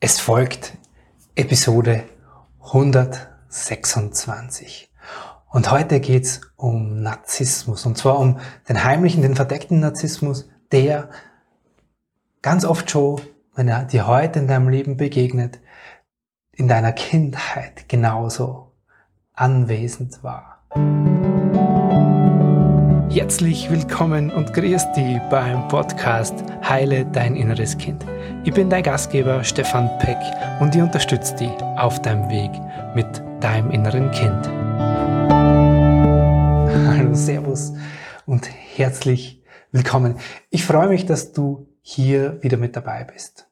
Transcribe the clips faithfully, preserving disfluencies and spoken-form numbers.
Es folgt Episode hundertsechsundzwanzig. Und heute geht's um Narzissmus. Und zwar um den heimlichen, den verdeckten Narzissmus, der ganz oft schon, wenn er dir heute in deinem Leben begegnet, in deiner Kindheit genauso anwesend war. Herzlich willkommen und grüß dich beim Podcast Heile dein inneres Kind. Ich bin dein Gastgeber Stefan Peck und ich unterstütze dich auf deinem Weg mit deinem inneren Kind. Hallo, Servus und herzlich willkommen. Ich freue mich, dass du hier wieder mit dabei bist.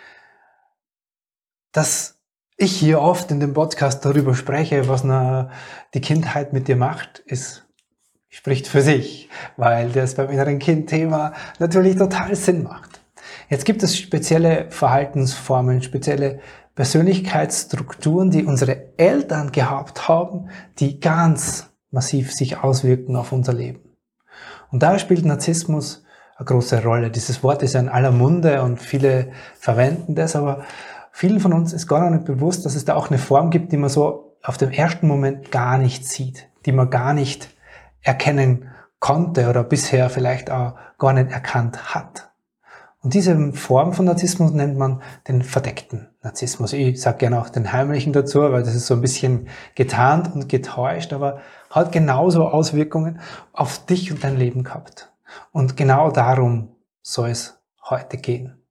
Dass ich hier oft in dem Podcast darüber spreche, was na die Kindheit mit dir macht, ist spricht für sich, weil das beim inneren Kind-Thema natürlich total Sinn macht. Jetzt gibt es spezielle Verhaltensformen, spezielle Persönlichkeitsstrukturen, die unsere Eltern gehabt haben, die ganz massiv sich auswirken auf unser Leben. Und da spielt Narzissmus eine große Rolle. Dieses Wort ist ja in aller Munde und viele verwenden das, aber vielen von uns ist gar nicht bewusst, dass es da auch eine Form gibt, die man so auf den ersten Moment gar nicht sieht, die man gar nicht erkennen konnte oder bisher vielleicht auch gar nicht erkannt hat. Und diese Form von Narzissmus nennt man den verdeckten Narzissmus. Ich sage gerne auch den heimlichen dazu, weil das ist so ein bisschen getarnt und getäuscht, aber hat genauso Auswirkungen auf dich und dein Leben gehabt. Und genau darum soll es heute gehen.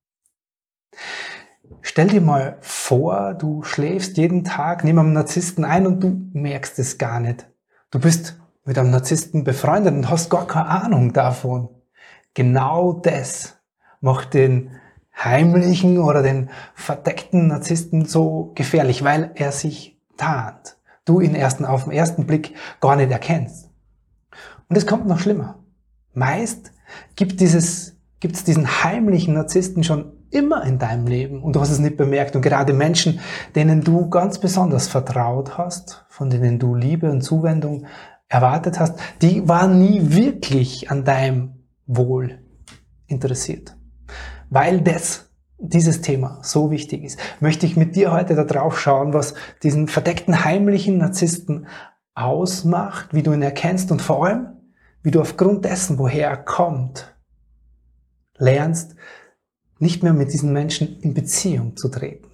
Stell dir mal vor, du schläfst jeden Tag neben einem Narzissten ein und du merkst es gar nicht. Du bist mit einem Narzissten befreundet und hast gar keine Ahnung davon. Genau das macht den heimlichen oder den verdeckten Narzissten so gefährlich, weil er sich tarnt. Du ihn erst auf den ersten Blick gar nicht erkennst. Und es kommt noch schlimmer. Meist gibt dieses, gibt es diesen heimlichen Narzissten schon immer in deinem Leben und du hast es nicht bemerkt. Und gerade Menschen, denen du ganz besonders vertraut hast, von denen du Liebe und Zuwendung erwartet hast, die waren nie wirklich an deinem Wohl interessiert. Weil das, dieses Thema so wichtig ist, möchte ich mit dir heute da drauf schauen, was diesen verdeckten heimlichen Narzissten ausmacht, wie du ihn erkennst und vor allem, wie du aufgrund dessen, woher er kommt, lernst, nicht mehr mit diesen Menschen in Beziehung zu treten.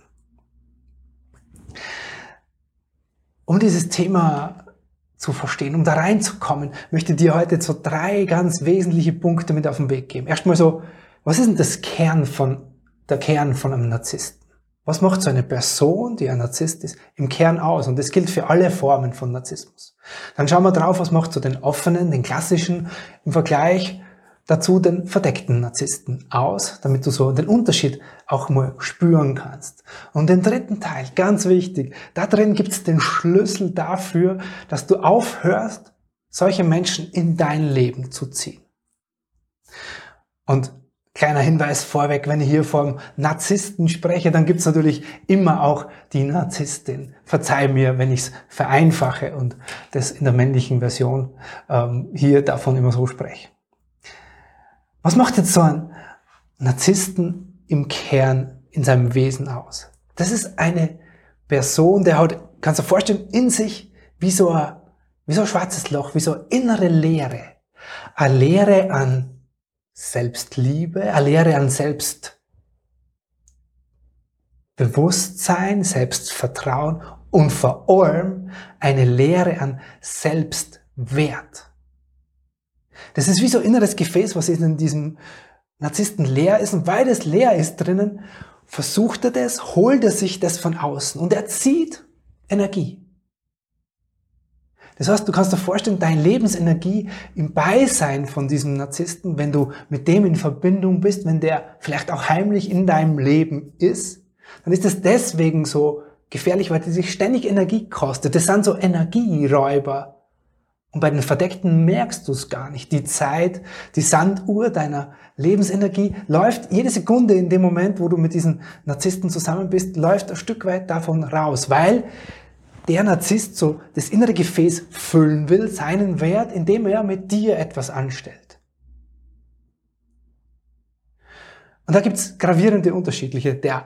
Um dieses Thema zu verstehen, um da reinzukommen, möchte ich dir heute so drei ganz wesentliche Punkte mit auf den Weg geben. Erstmal so, was ist denn das Kern von, der Kern von einem Narzissten? Was macht so eine Person, die ein Narzisst ist, im Kern aus? Und das gilt für alle Formen von Narzissmus. Dann schauen wir drauf, was macht so den offenen, den klassischen im Vergleich dazu den verdeckten Narzissten aus, damit du so den Unterschied auch mal spüren kannst. Und den dritten Teil, ganz wichtig, da drin gibt's den Schlüssel dafür, dass du aufhörst, solche Menschen in dein Leben zu ziehen. Und kleiner Hinweis vorweg, wenn ich hier vom Narzissten spreche, dann gibt's natürlich immer auch die Narzisstin. Verzeih mir, wenn ich es vereinfache und das in der männlichen Version ähm, hier davon immer so spreche. Was macht jetzt so ein Narzissten im Kern in seinem Wesen aus? Das ist eine Person, der hat, kannst du dir vorstellen, in sich wie so ein, wie so ein schwarzes Loch, wie so eine innere Leere. Eine Leere an Selbstliebe, eine Leere an Selbstbewusstsein, Selbstvertrauen und vor allem eine Leere an Selbstwert. Das ist wie so ein inneres Gefäß, was in diesem Narzissten leer ist. Und weil das leer ist drinnen, versucht er das, holt er sich das von außen. Und er zieht Energie. Das heißt, du kannst dir vorstellen, deine Lebensenergie im Beisein von diesem Narzissten, wenn du mit dem in Verbindung bist, wenn der vielleicht auch heimlich in deinem Leben ist, dann ist das deswegen so gefährlich, weil die sich ständig Energie kostet. Das sind so Energieräuber. Und bei den Verdeckten merkst du es gar nicht. Die Zeit, die Sanduhr deiner Lebensenergie läuft jede Sekunde in dem Moment, wo du mit diesen Narzissten zusammen bist, läuft ein Stück weit davon raus, weil der Narzisst so das innere Gefäß füllen will, seinen Wert, indem er mit dir etwas anstellt. Und da gibt's gravierende unterschiedliche. Der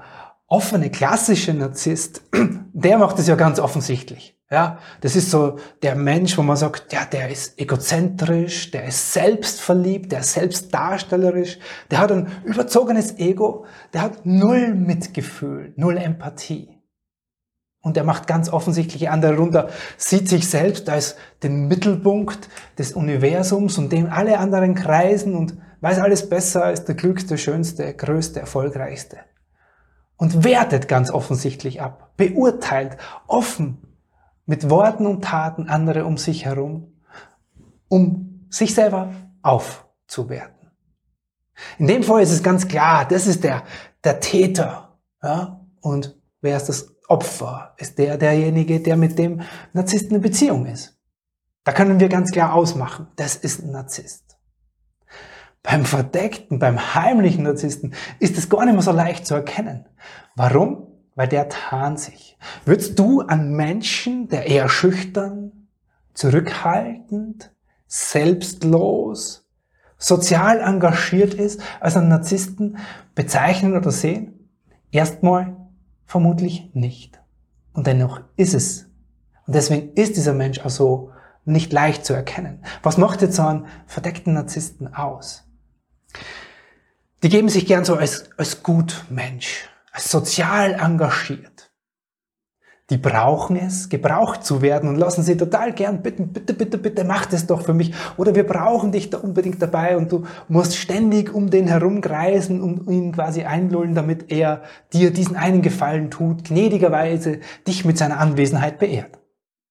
offene, klassische Narzisst, der macht es ja ganz offensichtlich. Ja, das ist so der Mensch, wo man sagt, ja, der ist egozentrisch, der ist selbstverliebt, der ist selbstdarstellerisch, der hat ein überzogenes Ego, der hat null Mitgefühl, null Empathie. Und der macht ganz offensichtlich andere runter, sieht sich selbst als den Mittelpunkt des Universums, um dem alle anderen kreisen und weiß alles besser als der klügste, schönste, größte, erfolgreichste. Und wertet ganz offensichtlich ab, beurteilt offen mit Worten und Taten andere um sich herum, um sich selber aufzuwerten. In dem Fall ist es ganz klar, das ist der, der Täter. Ja? Und wer ist das Opfer? Ist der derjenige, der mit dem Narzissten in Beziehung ist. Da können wir ganz klar ausmachen, das ist ein Narzisst. Beim verdeckten, beim heimlichen Narzissten ist es gar nicht mehr so leicht zu erkennen. Warum? Weil der tarnt sich. Würdest du einen Menschen, der eher schüchtern, zurückhaltend, selbstlos, sozial engagiert ist, als einen Narzissten bezeichnen oder sehen? Erstmal vermutlich nicht. Und dennoch ist es. Und deswegen ist dieser Mensch auch so nicht leicht zu erkennen. Was macht jetzt so einen verdeckten Narzissten aus? Die geben sich gern so als, als Gutmensch, als sozial engagiert. Die brauchen es, gebraucht zu werden und lassen sie total gern bitten, bitte, bitte, bitte, mach das doch für mich. Oder wir brauchen dich da unbedingt dabei und du musst ständig um den herumkreisen und ihn quasi einlullen, damit er dir diesen einen Gefallen tut, gnädigerweise dich mit seiner Anwesenheit beehrt.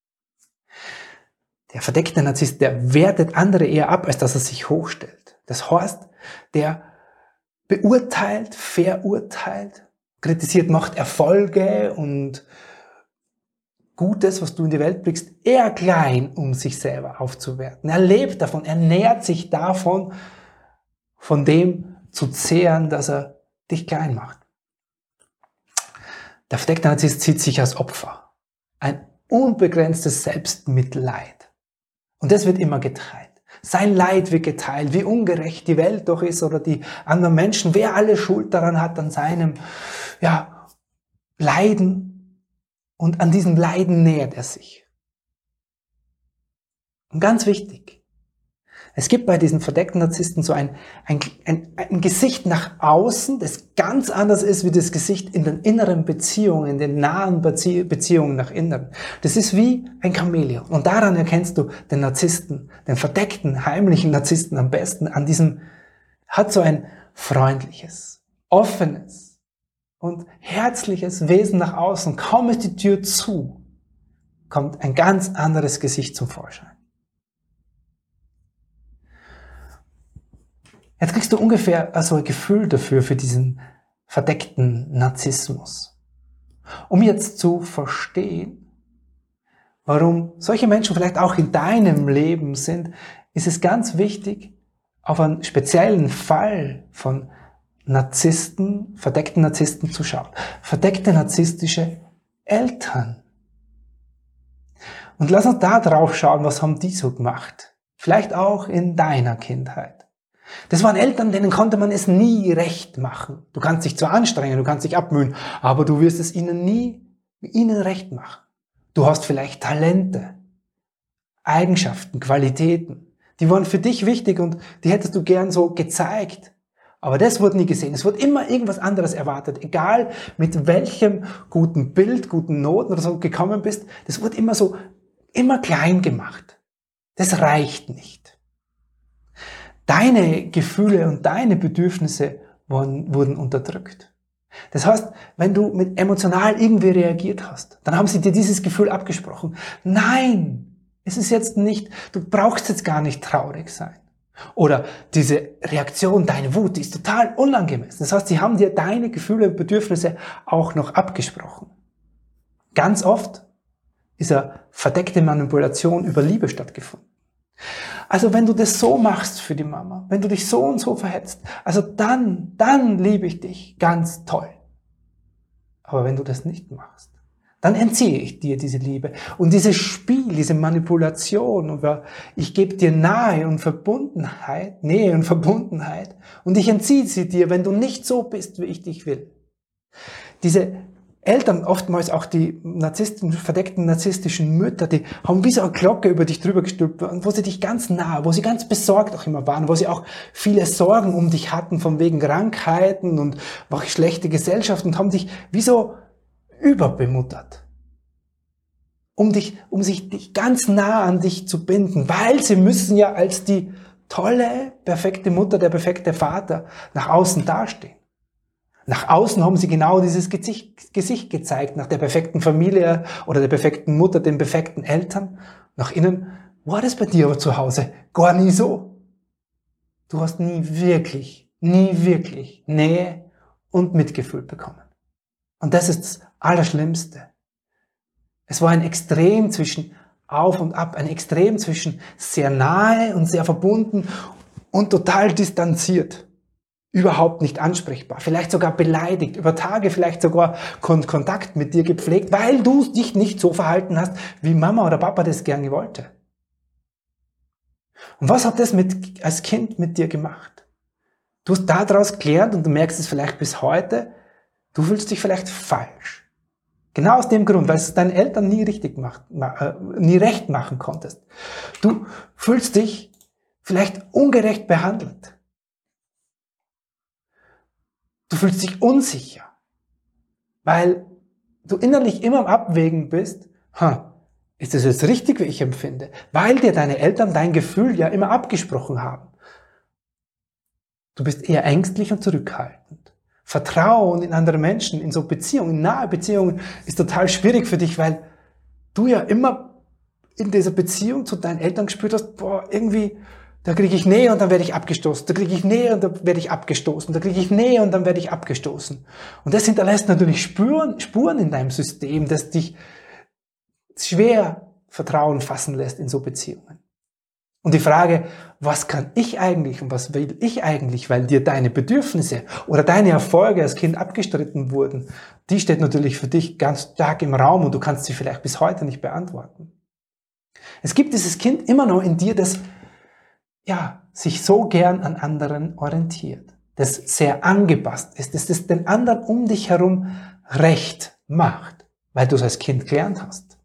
Der verdeckte Narzisst, der wertet andere eher ab, als dass er sich hochstellt. Das heißt, der beurteilt, verurteilt, kritisiert, macht Erfolge und Gutes, was du in die Welt bringst, eher klein, um sich selber aufzuwerten. Er lebt davon, er nährt sich davon, von dem zu zehren, dass er dich klein macht. Der verdeckte Narzisst sieht sich als Opfer. Ein unbegrenztes Selbstmitleid. Und das wird immer geteilt. Sein Leid wird geteilt, wie ungerecht die Welt doch ist oder die anderen Menschen, wer alle Schuld daran hat, an seinem ja, Leiden. Und an diesem Leiden nähert er sich. Und ganz wichtig, es gibt bei diesen verdeckten Narzissten so ein, ein, ein, ein Gesicht nach außen, das ganz anders ist wie das Gesicht in den inneren Beziehungen, in den nahen Bezie- Beziehungen nach innen. Das ist wie ein Chamäleon. Und daran erkennst du den Narzissten, den verdeckten, heimlichen Narzissten am besten an diesem, hat so ein freundliches, offenes und herzliches Wesen nach außen. Kaum ist die Tür zu, kommt ein ganz anderes Gesicht zum Vorschein. Jetzt kriegst du ungefähr also ein Gefühl dafür, für diesen verdeckten Narzissmus. Um jetzt zu verstehen, warum solche Menschen vielleicht auch in deinem Leben sind, ist es ganz wichtig, auf einen speziellen Fall von Narzissten, verdeckten Narzissten zu schauen. Verdeckte narzisstische Eltern. Und lass uns da drauf schauen, was haben die so gemacht. Vielleicht auch in deiner Kindheit. Das waren Eltern, denen konnte man es nie recht machen. Du kannst dich zwar anstrengen, du kannst dich abmühen, aber du wirst es ihnen nie, ihnen recht machen. Du hast vielleicht Talente, Eigenschaften, Qualitäten. Die waren für dich wichtig und die hättest du gern so gezeigt. Aber das wurde nie gesehen. Es wurde immer irgendwas anderes erwartet. Egal mit welchem guten Bild, guten Noten oder so gekommen bist, das wurde immer so, immer klein gemacht. Das reicht nicht. Deine Gefühle und deine Bedürfnisse wurden, wurden unterdrückt. Das heißt, wenn du mit emotional irgendwie reagiert hast, dann haben sie dir dieses Gefühl abgesprochen. Nein, es ist jetzt nicht, du brauchst jetzt gar nicht traurig sein. Oder diese Reaktion, deine Wut, die ist total unangemessen. Das heißt, sie haben dir deine Gefühle und Bedürfnisse auch noch abgesprochen. Ganz oft ist eine verdeckte Manipulation über Liebe stattgefunden. Also wenn du das so machst für die Mama, wenn du dich so und so verhetzt, also dann, dann liebe ich dich ganz toll. Aber wenn du das nicht machst, dann entziehe ich dir diese Liebe. Und dieses Spiel, diese Manipulation über ich gebe dir Nahe und Verbundenheit, Nähe und Verbundenheit und ich entziehe sie dir, wenn du nicht so bist, wie ich dich will. diese Eltern, oftmals auch die Narzissten, verdeckten narzisstischen Mütter, die haben wie so eine Glocke über dich drüber gestülpt, wo sie dich ganz nah, wo sie ganz besorgt auch immer waren, wo sie auch viele Sorgen um dich hatten, von wegen Krankheiten und auch schlechte Gesellschaft und haben dich wie so überbemuttert. Um dich, um sich dich ganz nah an dich zu binden, weil sie müssen ja als die tolle, perfekte Mutter, der perfekte Vater nach außen dastehen. Nach außen haben sie genau dieses Gesicht, Gesicht gezeigt, nach der perfekten Familie oder der perfekten Mutter, den perfekten Eltern. Nach innen war das bei dir aber zu Hause gar nie so. Du hast nie wirklich, nie wirklich Nähe und Mitgefühl bekommen. Und das ist das Allerschlimmste. Es war ein Extrem zwischen auf und ab, ein Extrem zwischen sehr nahe und sehr verbunden und total distanziert. Überhaupt nicht ansprechbar, vielleicht sogar beleidigt, über Tage vielleicht sogar Kontakt mit dir gepflegt, weil du dich nicht so verhalten hast, wie Mama oder Papa das gerne wollte. Und was hat das mit, als Kind mit dir gemacht? Du hast daraus gelernt und du merkst es vielleicht bis heute, du fühlst dich vielleicht falsch. Genau aus dem Grund, weil es deinen Eltern nie richtig macht, äh, nie recht machen konntest. Du fühlst dich vielleicht ungerecht behandelt. Du fühlst dich unsicher, weil du innerlich immer am Abwägen bist, ha, ist das jetzt richtig, wie ich empfinde? Weil dir deine Eltern dein Gefühl ja immer abgesprochen haben. Du bist eher ängstlich und zurückhaltend. Vertrauen in andere Menschen, in so Beziehungen, in nahe Beziehungen ist total schwierig für dich, weil du ja immer in dieser Beziehung zu deinen Eltern gespürt hast, boah, irgendwie, da kriege ich Nähe und dann werde ich abgestoßen. Da kriege ich Nähe und dann werde ich abgestoßen. Da kriege ich Nähe und dann werde ich abgestoßen. Und das hinterlässt natürlich Spuren, Spuren in deinem System, das dich schwer Vertrauen fassen lässt in so Beziehungen. Und die Frage, was kann ich eigentlich und was will ich eigentlich, weil dir deine Bedürfnisse oder deine Erfolge als Kind abgestritten wurden, die steht natürlich für dich ganz stark im Raum und du kannst sie vielleicht bis heute nicht beantworten. Es gibt dieses Kind immer noch in dir, das ja, sich so gern an anderen orientiert, das sehr angepasst ist, dass das den anderen um dich herum recht macht, weil du es als Kind gelernt hast.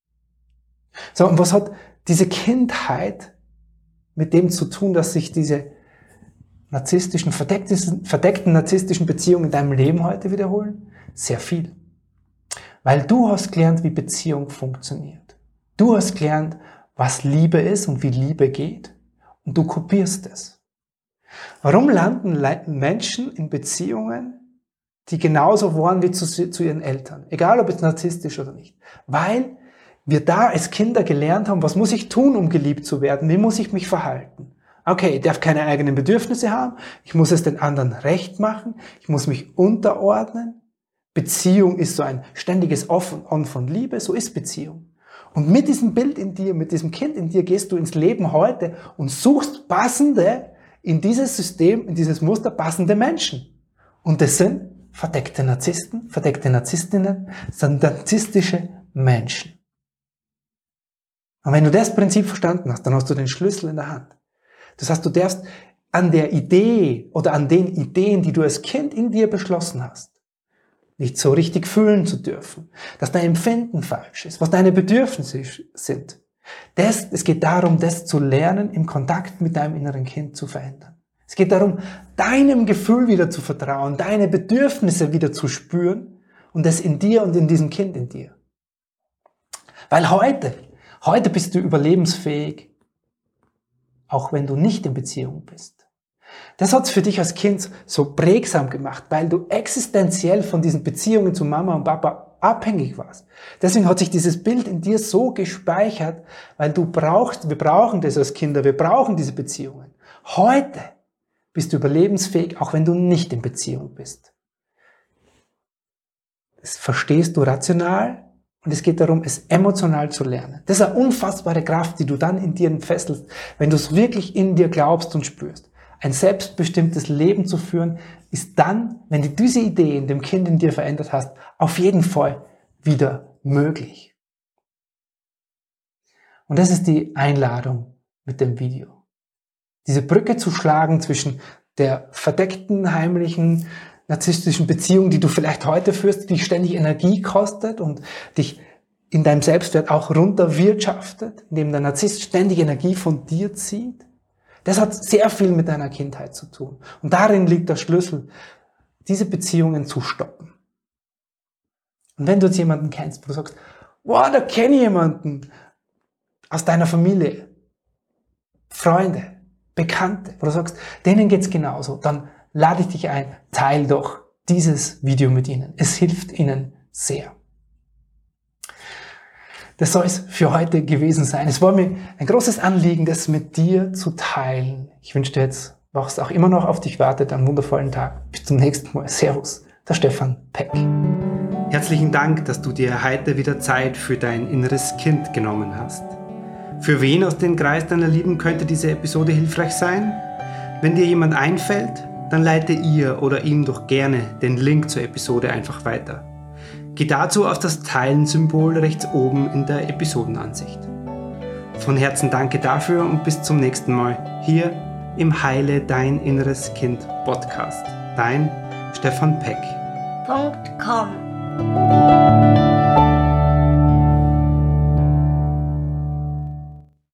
So, und was hat diese Kindheit mit dem zu tun, dass sich diese narzisstischen, verdeckten, verdeckten narzisstischen Beziehungen in deinem Leben heute wiederholen? Sehr viel. Weil du hast gelernt, wie Beziehung funktioniert. Du hast gelernt, was Liebe ist und wie Liebe geht. Und du kopierst es. Warum landen Menschen in Beziehungen, die genauso waren wie zu, zu ihren Eltern? Egal, ob es narzisstisch oder nicht. Weil wir da als Kinder gelernt haben, was muss ich tun, um geliebt zu werden? Wie muss ich mich verhalten? Okay, ich darf keine eigenen Bedürfnisse haben. Ich muss es den anderen recht machen. Ich muss mich unterordnen. Beziehung ist so ein ständiges Off und On von Liebe. So ist Beziehung. Und mit diesem Bild in dir, mit diesem Kind in dir gehst du ins Leben heute und suchst passende, in dieses System, in dieses Muster passende Menschen. Und das sind verdeckte Narzissten, verdeckte Narzisstinnen, sind narzisstische Menschen. Und wenn du das Prinzip verstanden hast, dann hast du den Schlüssel in der Hand. Das heißt, du darfst an der Idee oder an den Ideen, die du als Kind in dir beschlossen hast, nicht so richtig fühlen zu dürfen, dass dein Empfinden falsch ist, was deine Bedürfnisse sind. Das, es geht darum, das zu lernen, im Kontakt mit deinem inneren Kind zu verändern. Es geht darum, deinem Gefühl wieder zu vertrauen, deine Bedürfnisse wieder zu spüren und das in dir und in diesem Kind in dir. Weil heute, heute bist du überlebensfähig, auch wenn du nicht in Beziehung bist. Das hat's für dich als Kind so prägsam gemacht, weil du existenziell von diesen Beziehungen zu Mama und Papa abhängig warst. Deswegen hat sich dieses Bild in dir so gespeichert, weil du brauchst, wir brauchen das als Kinder, wir brauchen diese Beziehungen. Heute bist du überlebensfähig, auch wenn du nicht in Beziehung bist. Das verstehst du rational und es geht darum, es emotional zu lernen. Das ist eine unfassbare Kraft, die du dann in dir entfesselst, wenn du es wirklich in dir glaubst und spürst. Ein selbstbestimmtes Leben zu führen, ist dann, wenn du diese Idee in dem Kind in dir verändert hast, auf jeden Fall wieder möglich. Und das ist die Einladung mit dem Video. Diese Brücke zu schlagen zwischen der verdeckten, heimlichen narzisstischen Beziehung, die du vielleicht heute führst, die dich ständig Energie kostet und dich in deinem Selbstwert auch runterwirtschaftet, indem der Narzisst ständig Energie von dir zieht. Das hat sehr viel mit deiner Kindheit zu tun. Und darin liegt der Schlüssel, diese Beziehungen zu stoppen. Und wenn du jetzt jemanden kennst, wo du sagst, wow, da kenne ich jemanden aus deiner Familie, Freunde, Bekannte, wo du sagst, denen geht's genauso, dann lade ich dich ein, teil doch dieses Video mit ihnen. Es hilft ihnen sehr. Das soll es für heute gewesen sein. Es war mir ein großes Anliegen, das mit dir zu teilen. Ich wünsche dir jetzt, was auch immer noch auf dich wartet, einen wundervollen Tag. Bis zum nächsten Mal. Servus, der Stefan Peck. Herzlichen Dank, dass du dir heute wieder Zeit für dein inneres Kind genommen hast. Für wen aus dem Kreis deiner Lieben könnte diese Episode hilfreich sein? Wenn dir jemand einfällt, dann leite ihr oder ihm doch gerne den Link zur Episode einfach weiter. Geh dazu auf das Teilen-Symbol rechts oben in der Episodenansicht. Von Herzen danke dafür und bis zum nächsten Mal hier im Heile Dein Inneres Kind Podcast. Dein Stefan Peck. Punkt com